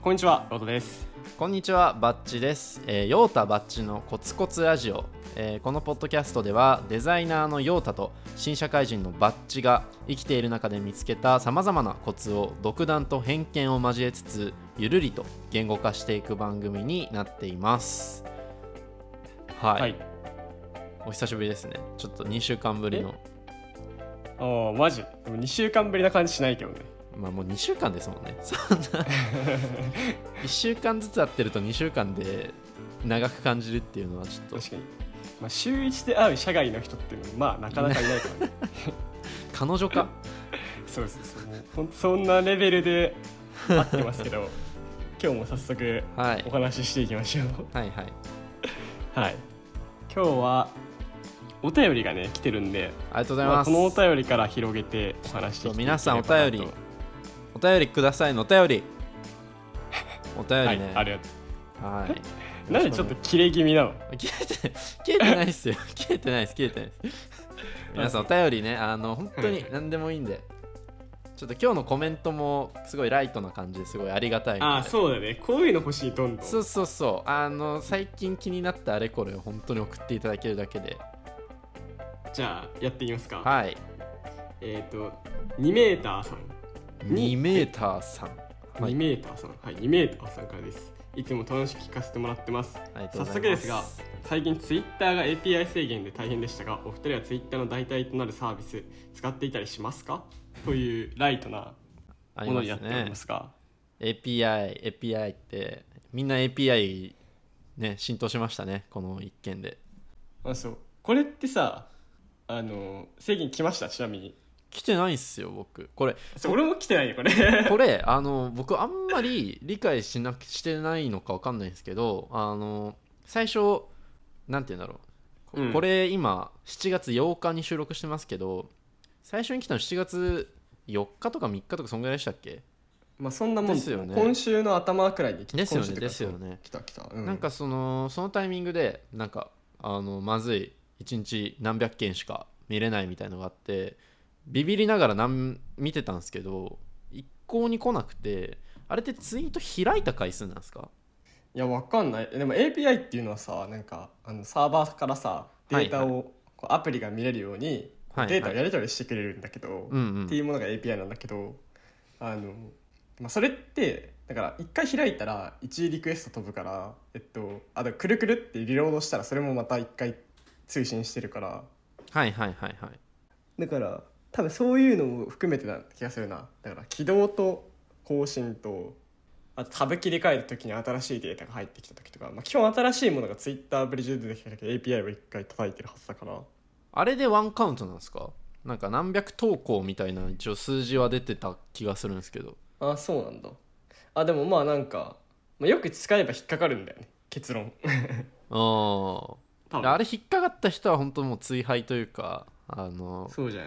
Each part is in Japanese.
こんにちは、ロードです。 こんにちは、バッチです。ヨータバッチのコツコツラジオ。このポッドキャストではデザイナーのヨータと新社会人のバッチが生きている中で見つけたさまざまなコツを独断と偏見を交えつつゆるりと言語化していく番組になっています。はい、お久しぶりですね。ちょっと2週間ぶりの。 マジでも2週間ぶりな感じしないけどね。 まあもう2週間ですもんね。そんな1週間ずつ会ってると2週間で長く感じるっていうのはちょっと確かに、週1で会う社外の人っていうのもなかなかいないからね彼女かそうもうほんとそんなレベルで会ってますけど今日も早速お話ししていきましょう。 はいはいはい、今日はお便りがね来てるんで、 ありがとうございます。 このお便りから広げてお話していきたいと思います。 皆さんお便りくださいのお便りね、 はい、ありがとう。 はい。 なんでちょっと切れ気味なの？ 切れてないっすよ。切れてないです。皆さんお便りね、本当に何でもいいんで、ちょっと今日のコメントもすごいライトな感じですごいありがたいので。 そうだね。こういうの欲しい、どんどん。 そう最近気になったあれこれを本当に送っていただけるだけで。 じゃあやっていきますか。 はい。 2メーターさん。 2メーターさん。 2メーターさん。はい、2メーターさんからです。いつも楽しく聞かせてもらってます。早速ですが、最近ツイッターが API 制限で大変でしたが、お二人はツイッターの代替となるサービス使っていたりしますか？というライトなものになっておりますが、 API ってみんな API ね浸透しましたね、この一件で。 そうこれってさ、制限来ました？ちなみに来てないっすよ僕。これ俺も来てないよこれこれ僕あんまり理解してないのか分かんないんですけど、最初なんて言うんだろう、これ今7月8日に収録してますけど、最初に来たの7月4日とか3日とかそんぐらいでしたっけ？ そんなもんですよね。今週の頭くらいに来ですよね。 来た、 なんかそのタイミングでなんかまずい1日何百件しか見れないみたいのがあって、ビビりながら見てたんですけど一向に来なくて、あれってツイート開いた回数なんですか？ いやわかんない。でも API っていうのはさ、なんかサーバーからさデータをこうアプリが見れるようにデータをやり取りしてくれるんだけど、っていうものが API なんだけど、それってだから1回開いたら1リクエスト飛ぶから、あとくるくるってリロードしたらそれもまた1回通信してるから、だから多分そういうのも含めてな気がするな。だから起動と更新と、あとタブ切り替えた時に新しいデータが入ってきた時とか、基本新しいものが Twitter アプリ中で出てきた時 API を1回叩いてるはずだから。あれでワンカウントなんですか？なんか何百投稿みたいな一応数字は出てた気がするんですけど。 そうなんだ。でもなんか、よく使えば引っかかるんだよね、結論あれ引っかかった人は本当もう追廃というか、 そうじゃ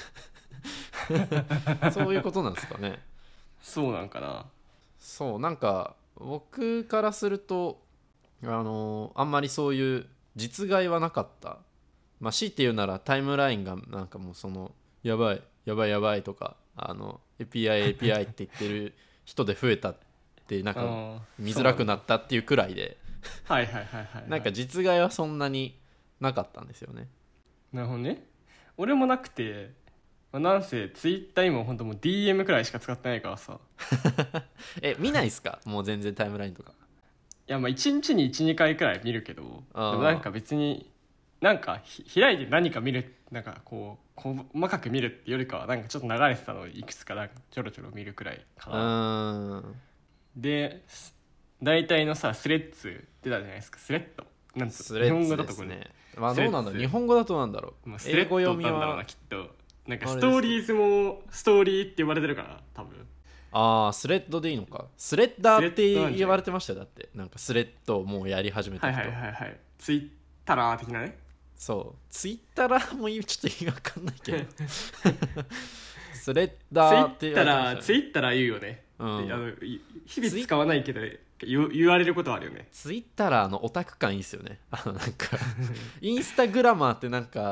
ないそういうことなんですかね。 そうなんかな。 そうなんか僕からするとあんまりそういう実害はなかった。強いて言うならタイムラインがなんかもうそのやばいとかAPI って言ってる人で増えたってなんか見づらくなったっていうくらいでなんか実害はそんなになかったんですよね。 なるほどね。俺もなくて、なんせツイッター今本当もう DM くらいしか使ってないからさ見ないっすか？もう全然タイムラインとか。 いや1日に 1,2 回くらい見るけど、でもなんか別になんか開いて何か見る、なんかこう細かく見るってよりかはなんかちょっと流れてたのをいくつかなんかちょろちょろ見るくらいかな。で大体のさスレッズ出たじゃないですか。スレッドなんつう、日本語だとこれね。 どうなんだろう、日本語だとなんだろう、 スレッドなんだろうなきっと。なんかストーリーズもストーリーって呼ばれてるから多分。 スレッドでいいのか。スレッダーって言われてましたよ。だってなんかスレッドをもうやり始めた人。 ツイッター的なね。 そうツイッターもちょっと意味わかんないけどスレッダーって言われてましたね。 ツイッター言うよね、日々使わないけど言われることはあるよね。 ツイッターのオタク感いいっすよね。なんかインスタグラマーってなんか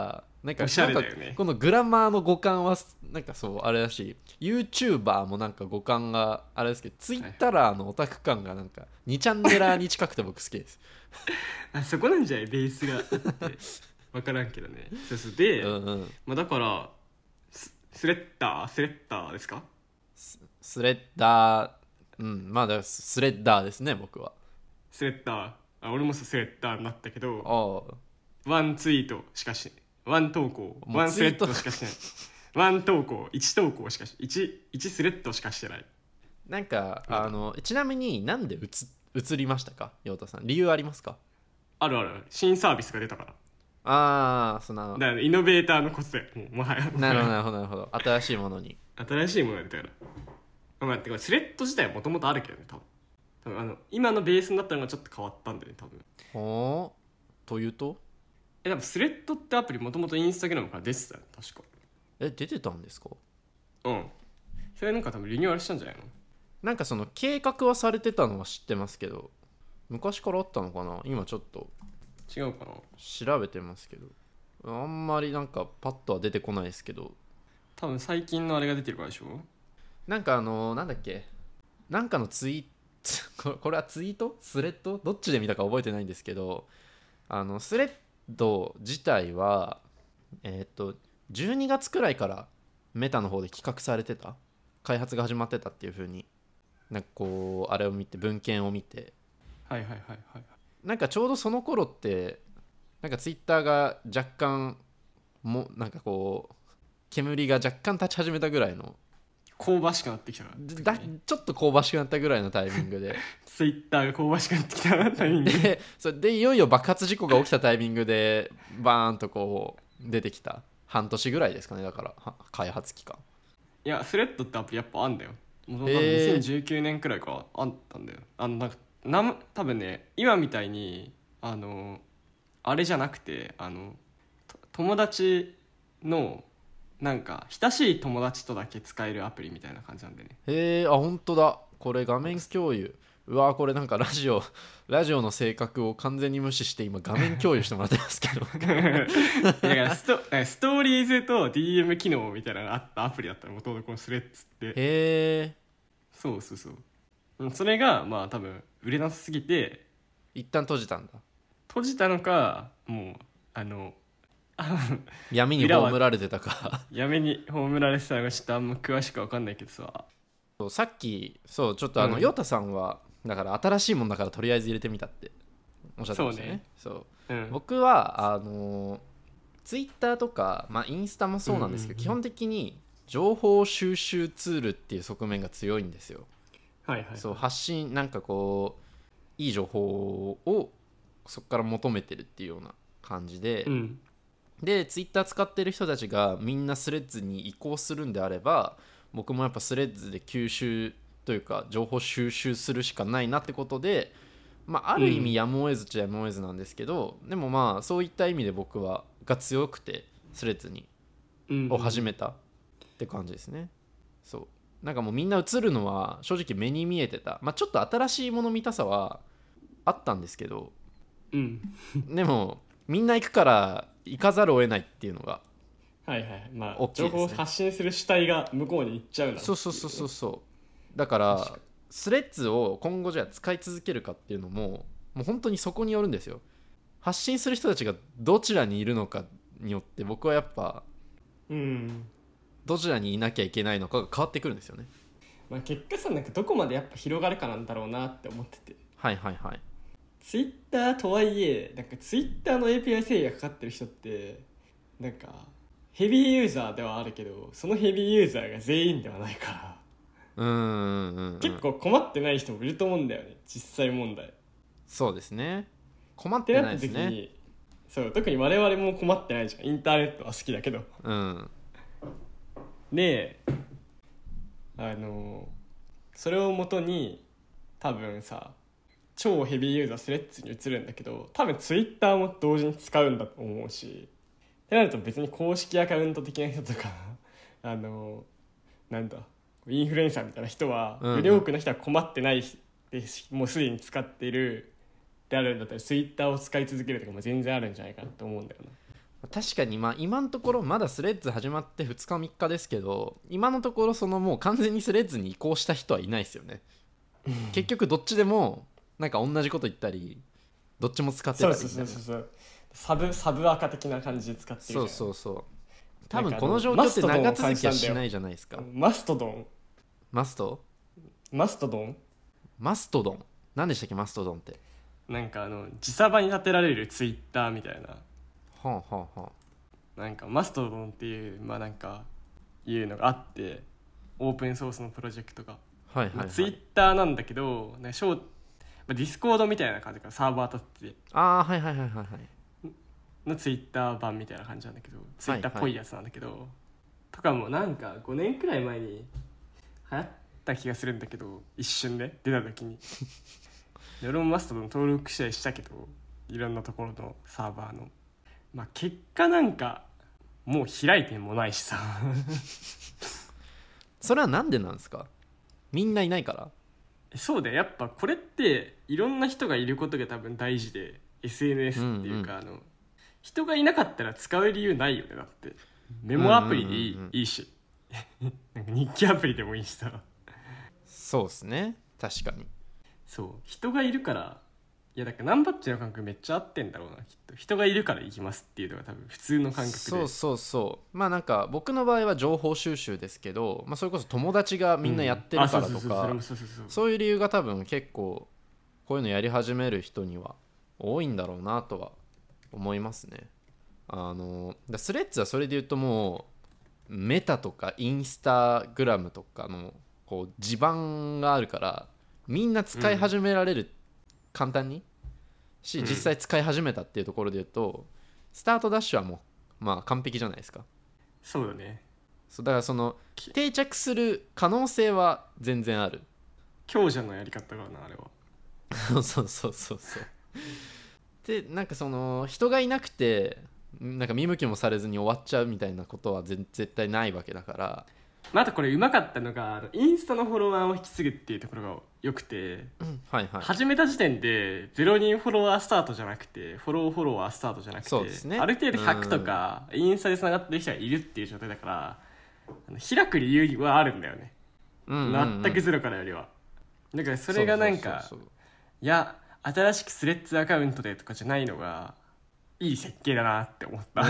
なんかおしゃれだよね。 このグラマーの語感はなんかそうあれだし YouTuber もなんか語感があれですけど Twitter のオタク感がなんか2チャンネラーに近くて僕好きですあそこなんじゃないベースがあって分からんけどね。そうそうで、まあ、だからスレッダーですか。 スレッダーまあだスレッダーですね僕は。 スレッダー俺もスレッダーになったけどあワンツイートしかしワン投稿もうワンスレッドしかしてないワン投稿1投稿しかし 1スレッドしかしてない。 なんかちなみになんで移りましたか陽太さん。理由ありますか。 ある新サービスが出たから。 ああそのだからイノベーターのコツだよもはや。 なるほど新しいものに新しいものが出たから。まあてかスレッド自体はもともとあるけどね多分今のベースになったのがちょっと変わったんだよね多分。 ほうというと多分スレッドってアプリもともとインスタグラムから出てたよ確か。 出てたんですか。 それなんか多分リニューアルしたんじゃないの。 なんかその計画はされてたのは知ってますけど昔からあったのかな。今ちょっと違うかな。 調べてますけどあんまりなんかパッとは出てこないですけど多分最近のあれが出てるからでしょ。 なんかなんだっけなんかのツイートこれはツイートスレッドどっちで見たか覚えてないんですけどスレッド自体は12月くらいからメタの方で企画されてた開発が始まってたっていう風になんかこうあれを見て文献を見てはいなんかちょうどその頃ってなんかツイッターが若干もなんかこう煙が若干立ち始めたぐらいの香ばしくなってきたから、 ちょっと香ばしくなったぐらいのタイミングでツイッターが香ばしくなってきたタイミングでそれでいよいよ爆発事故が起きたタイミングでバーンとこう出てきた半年ぐらいですかね。だから開発期間。 いやスレッドってアプリやっぱあんだよ。もう2019年くらいからあったんだよ。なんか多分ね今みたいにあれじゃなくて友達のなんか親しい友達とだけ使えるアプリみたいな感じなんでね。 へえ本当だ。これ画面共有。うわこれなんかラジオの性格を完全に無視して今画面共有してもらってますけどだからストーリーズと DM 機能みたいなのがあったアプリだったの元々このスレッズって。 へえそうそれがまあ多分売れなさすぎて一旦閉じたんだ。 閉じたのかもう闇に葬られてたか闇に葬られてたのがちょっとあんま詳しく分かんないけどさ。 そうさっきそうちょっとヨタさんはだから新しいもんだからとりあえず入れてみたっておっしゃってましたね。そう、僕はツイッターとか、まあ、インスタもそうなんですけど、基本的に情報収集ツールっていう側面が強いんですよ。そう発信なんかこういい情報をそこから求めてるっていうような感じで、でツイッター使ってる人たちがみんなスレッズに移行するんであれば僕もやっぱスレッズで吸収というか情報収集するしかないなってことで、まあ、ある意味やむを得ずっちゃやむを得ずなんですけど、でもまあそういった意味で僕はが強くてスレッズにを始めたって感じですね。そうなんかもうみんな映るのは正直目に見えてた、まあ、ちょっと新しいもの見たさはあったんですけど、でもみんな行くから行かざるを得ないっていうのがまあ大きいですね。 情報を発信する主体が向こうに行っちゃうな。 そうだからスレッズを今後じゃあ使い続けるかっていうのももう本当にそこによるんですよ。発信する人たちがどちらにいるのかによって僕はやっぱどちらにいなきゃいけないのかが変わってくるんですよね。 まあ、結果さなんかどこまでやっぱ広がるかなんだろうなって思ってて。ツイッターとはいえなんかツイッターの API 制約かかってる人ってなんかヘビーユーザーではあるけどそのヘビーユーザーが全員ではないから結構困ってない人もいると思うんだよね実際問題。 そうですね困ってないですね。 ってなった時にそう特に我々も困ってないじゃん。インターネットは好きだけどでそれをもとに多分さ超ヘビーユーザースレッズに移るんだけど多分ツイッターも同時に使うんだと思うしってなると別に公式アカウント的な人とかなんだインフルエンサーみたいな人はより多くの人は困ってないでもうすでに使っているってあるんだったらツイッターを使い続けるとかも全然あるんじゃないかなと思うんだよな。 確かに今のところまだスレッズ始まって2日3日ですけど、今のところそのもう完全にスレッズに移行した人はいないですよね。結局どっちでもなんか同じこと言ったり、どっちも使ってたりみたいな。 そうサブ赤的な感じで使ってるじゃん。 そう多分この状況って長続きはしないじゃないですか。 マストドン何でしたっけマストドンって。 なんか自サバに立てられるツイッターみたいな。なんかマストドンっていうなんかいうのがあって、オープンソースのプロジェクトが、ツイッターなんだけどなんかディスコードみたいな感じからサーバー立ってて、のツイッター版みたいな感じなんだけど、ツイッターっぽいやつなんだけど、とかもなんか5年くらい前に流行った気がするんだけど、一瞬で出た時にで俺もマストドン登録したりしたけど、いろんなところのサーバーの結果なんかもう開いてもないしさそれはなんでなんですか。みんないないから。 そうだよ、やっぱこれっていろんな人がいることが多分大事で、 SNS っていうか、人がいなかったら使う理由ないよね。だってメモアプリでいいしなんか日記アプリでもいいしさ。 そうですね、確かに。 そう人がいるから、いやだからナンバッチの感覚めっちゃ合ってんだろうな、きっと。人がいるから行きますっていうのが多分普通の感覚で。 そうなんか僕の場合は情報収集ですけど、それこそ友達がみんなやってるからとか、そういう理由が多分結構こういうのやり始める人には多いんだろうなとは思いますね。スレッズはそれで言うともうメタとかインスタグラムとかのこう地盤があるから、みんな使い始められる、簡単に実際使い始めたっていうところで言うと、スタートダッシュはもう完璧じゃないですか。 そうだね。 だからその定着する可能性は全然ある。 強者のやり方がな、あれはそうでなんかその人がいなくてなんか見向きもされずに終わっちゃうみたいなことは絶対ないわけだから。 あとこれうまかったのが、インスタのフォロワーを引き継ぐっていうところがよくて、始めた時点で0人フォロワースタートじゃなくて、フォロワースタートじゃなくて、ある程度100とかインスタでつながってる人がいるっていう状態だから、開く理由はあるんだよね、全くゼロからよりは。だからそれがなんか、いや新しくスレッズアカウントでとかじゃないのがいい設計だなって思った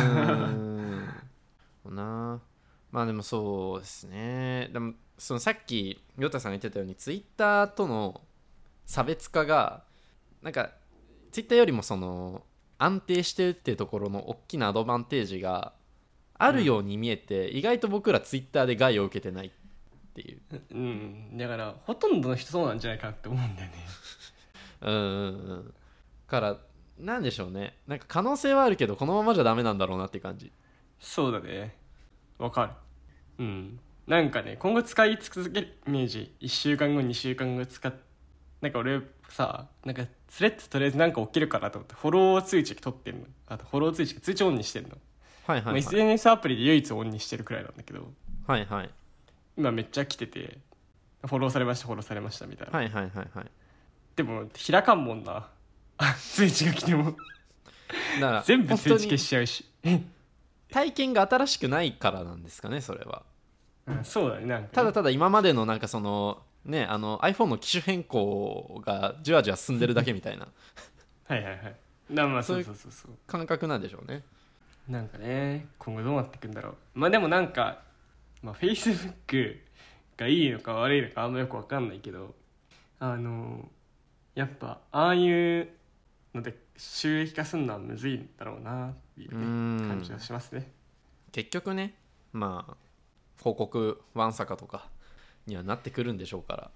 でもそうですね。でもそのさっきヨタさんが言ってたようにツイッターとの差別化がなんかツイッターよりもその安定してるっていうところの大きなアドバンテージがあるように見えて、意外と僕らツイッターで害を受けてないっていう。 だからほとんどの人そうなんじゃないかなって思うんだよねからなんでしょうね、なんか可能性はあるけどこのままじゃダメなんだろうなっていう感じ。 そうだね、わかる。なんかね、今後使い続けるイメージ。1週間後2週間後なんか俺さ、なんかスレッズとりあえずなんか起きるかなと思ってフォロー通知取ってんの。あとフォロー通知オンにしてんの。SNS アプリで唯一オンにしてるくらいなんだけど、今めっちゃ来てて、フォローされましたみたいな。でも開かんもんな通知が来てもだから全部通知消しちゃうし体験が新しくないからなんですかね、それは。 そうだね。なんかね、 ただ今までのなんかそのね、iPhone の機種変更がじわじわ進んでるだけみたいなそう感覚なんでしょうね。 なんかね、今後どうなっていくんだろう。でもなんか、Facebook がいいのか悪いのかあんまよく分かんないけど、やっぱああいうので収益化するのはむずいんだろうなっていう、感じがしますね。 結局ね、広告ワンサカとかにはなってくるんでしょうから。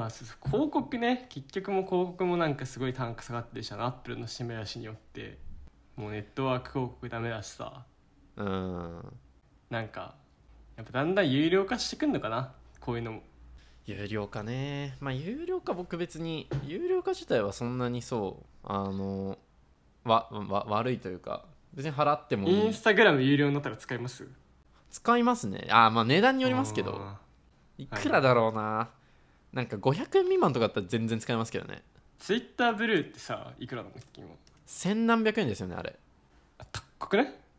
広告ね、結局も広告もなんかすごい単価下がってるし、アップルの締め出しによってもうネットワーク広告ダメだしさ。なんかやっぱだんだん有料化してくんのかな、こういうのも。 有料化ね、有料化僕別に有料化自体はそんなにそう悪いというか、別に払ってもいい。 インスタグラム有料になったら使います？ 使いますね。値段によりますけど、いくらだろうな、なんか500円未満とかだったら全然使いますけどね。 ツイッターブルーってさ、いくらなんだっけ今。 千何百円ですよね、あれ。 高くね？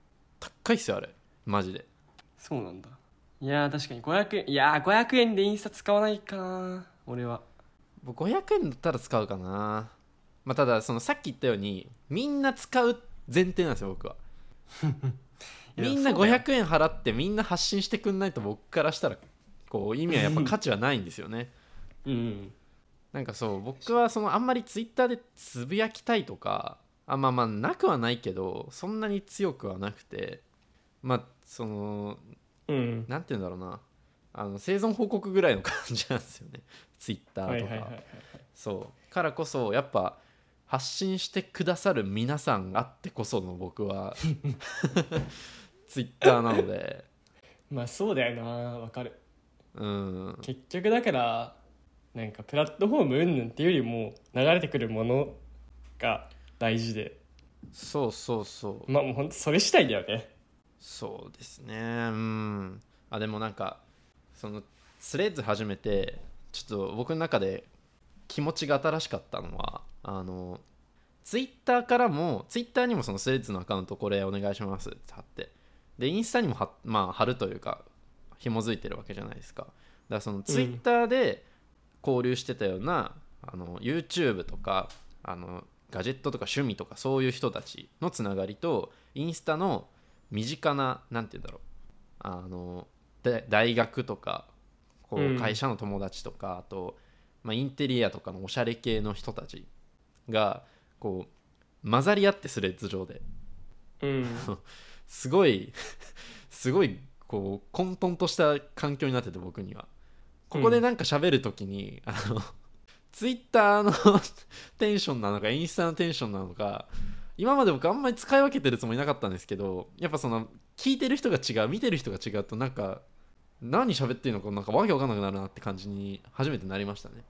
高いっすよあれマジで。 そうなんだ。いやー確かに500円、いやー500円でインスタ使わないかな俺は。 僕500円だったら使うかな。まあただそのさっき言ったようにみんな使う前提なんですよ僕は。みんな500円払ってみんな発信してくんないと僕からしたらこう意味はやっぱ価値はないんですよね。 うん、 なんかそう僕はそのあんまりツイッターでつぶやきたいとかまあなくはないけどそんなに強くはなくて、まあその、なんて言うんだろうな、生存報告ぐらいの感じなんですよねツイッターとか。そうからこそやっぱ発信してくださる皆さんあってこその僕はツイッターなので。 まあそうだよな、わかる。結局だからなんかプラットフォーム云々っていうよりも流れてくるものが大事で、 そうそうそう、 まあもうほんとそれ次第だよね。 そうですね。でもなんかそのスレッズ始めてちょっと僕の中で気持ちが新しかったのはツイッターからもツイッターにもそのスレッズのアカウントこれお願いしますって貼って、でインスタにも貼るというか紐づいてるわけじゃないですか。だからそのツイッターで交流してたような、YouTube とかガジェットとか趣味とかそういう人たちのつながりとインスタの身近ななんて言うんだろう大学とかこう会社の友達とか、あと、インテリアとかのおしゃれ系の人たちがこう混ざり合ってスレッズ上で、すごいこう混沌とした環境になってて僕にはここでなんか喋るときに、ツイッターのテンションなのかインスタのテンションなのか今まで僕あんまり使い分けてるつもりなかったんですけど、やっぱその聞いてる人が違う見てる人が違うとなんか何喋っていいのかなんかわけわかんなくなるなって感じに初めてなりましたね。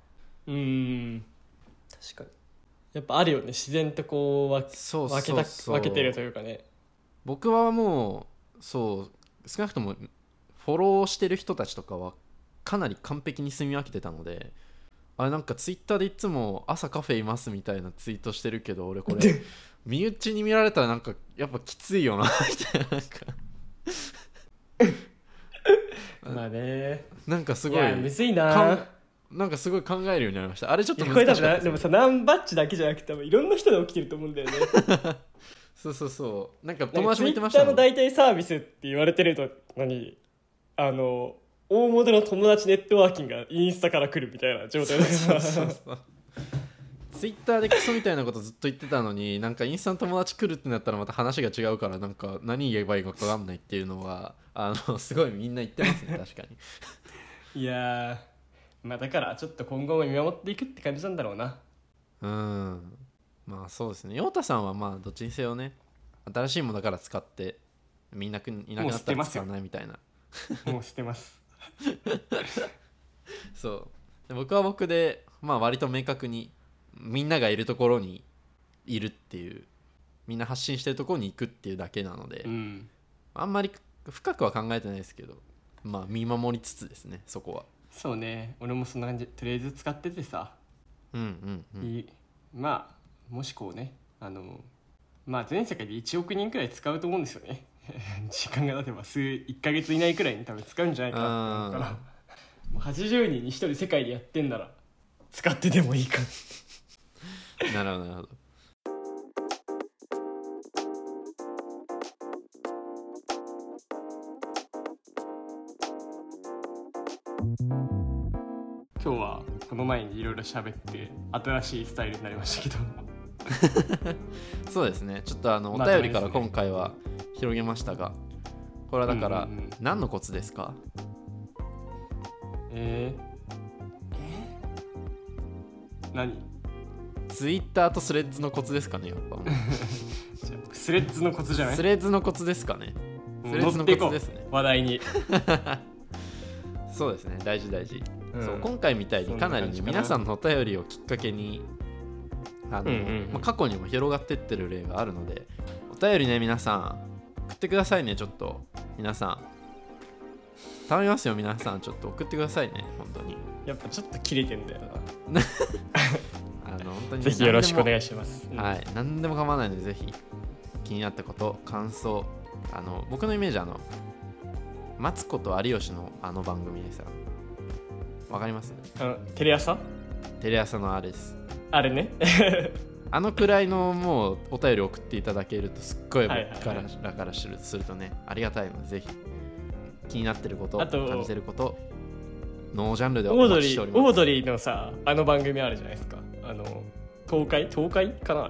確かにやっぱあるよね、自然とこう分けてるというかね。 僕はもうそう少なくともフォローしてる人たちとかはかなり完璧に住み分けてたので、なんかツイッターでいつも朝カフェいますみたいなツイートしてるけど俺これ身内に見られたらなんかやっぱきついよなみたいななんかまあね、 なんかすごいむずいな、 なんかすごい考えるようになりました。あれちょっと難しかったです。 でもさ何バッチだけじゃなくていろんな人で起きてると思うんだよねそうなんか友達も言ってましたツイッターの大体サービスって言われてるのに大元の友達ネットワーキングがインスタから来るみたいな状態でそうツイッターでクソみたいなことずっと言ってたのになんかインスタの友達来るってなったらまた話が違うからなんか何言えばいいか分かんないっていうのはすごいみんな言ってますね確かにいやまあだからちょっと今後も見守っていくって感じなんだろうな。 まあそうですね。陽太さんはまあどっちにせよね新しいものだから使ってみんないなくなったら使わないみたいなもう捨てますそうで僕は僕で割と明確にみんながいるところにいるっていうみんな発信してるところに行くっていうだけなので、あんまり深くは考えてないですけど見守りつつですねそこは。 そうね、俺もそんな感じ。とりあえず使っててさ、まあもしこうね全世界で1億人くらい使うと思うんですよね時間が経てば1ヶ月以内くらいに多分使うんじゃないかなって思うから80人に1人世界でやってんなら使ってでもいいかなるほどなるほど。 今日はこの前にいろいろ喋って新しいスタイルになりましたけどそうですね、ちょっとお便りから今回は広げましたが、これはだから何のコツですか？ 何？ ツイッターとスレッズのコツですかねやっぱスレッズのコツじゃない？ スレッズのコツですかね。スレッズのコツですね話題にそうですね、大事、そう今回みたいにかなり、皆さんのお便りをきっかけに過去にも広がってってる例があるので、お便りね皆さん送ってくださいね。ちょっと皆さん頼みますよ、皆さんちょっと送ってくださいね。本当にやっぱちょっと切れてんだよな本当に、 ぜひよろしくお願いします。 はい、何でも構わないのでぜひ気になったこと感想僕のイメージマツコと有吉の番組でさ、わかります？ テレ朝のあれです。 あれねくらいのもうお便り送っていただけるとすっごい僕からするとねありがたいので、ぜひ気になってること感じてることノージャンルでお待ちしております。 オードリーのさ番組あるじゃないですか、東海かな、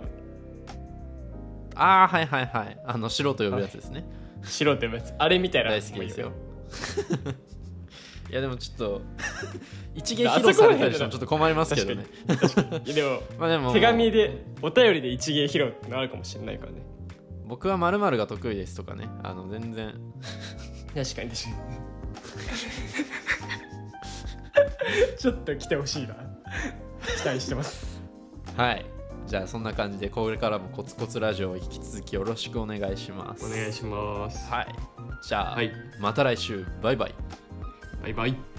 はいはいはい、素人呼ぶやつですね、 素人呼ぶやつ、あれみたいな大好きですよいやでもちょっと一芸披露されたりしてもちょっと困りますけどね。 確かにでもまあでも手紙でお便りで一芸披露ってのあるかもしれないからね。 僕は〇〇が得意ですとかね、全然確かにちょっと来てほしいな、期待してますはい、じゃあそんな感じでこれからもコツコツラジオを引き続きよろしくお願いします。 お願いします。 はい、じゃあ、 はい、 また来週、バイバイ。 バイバイ。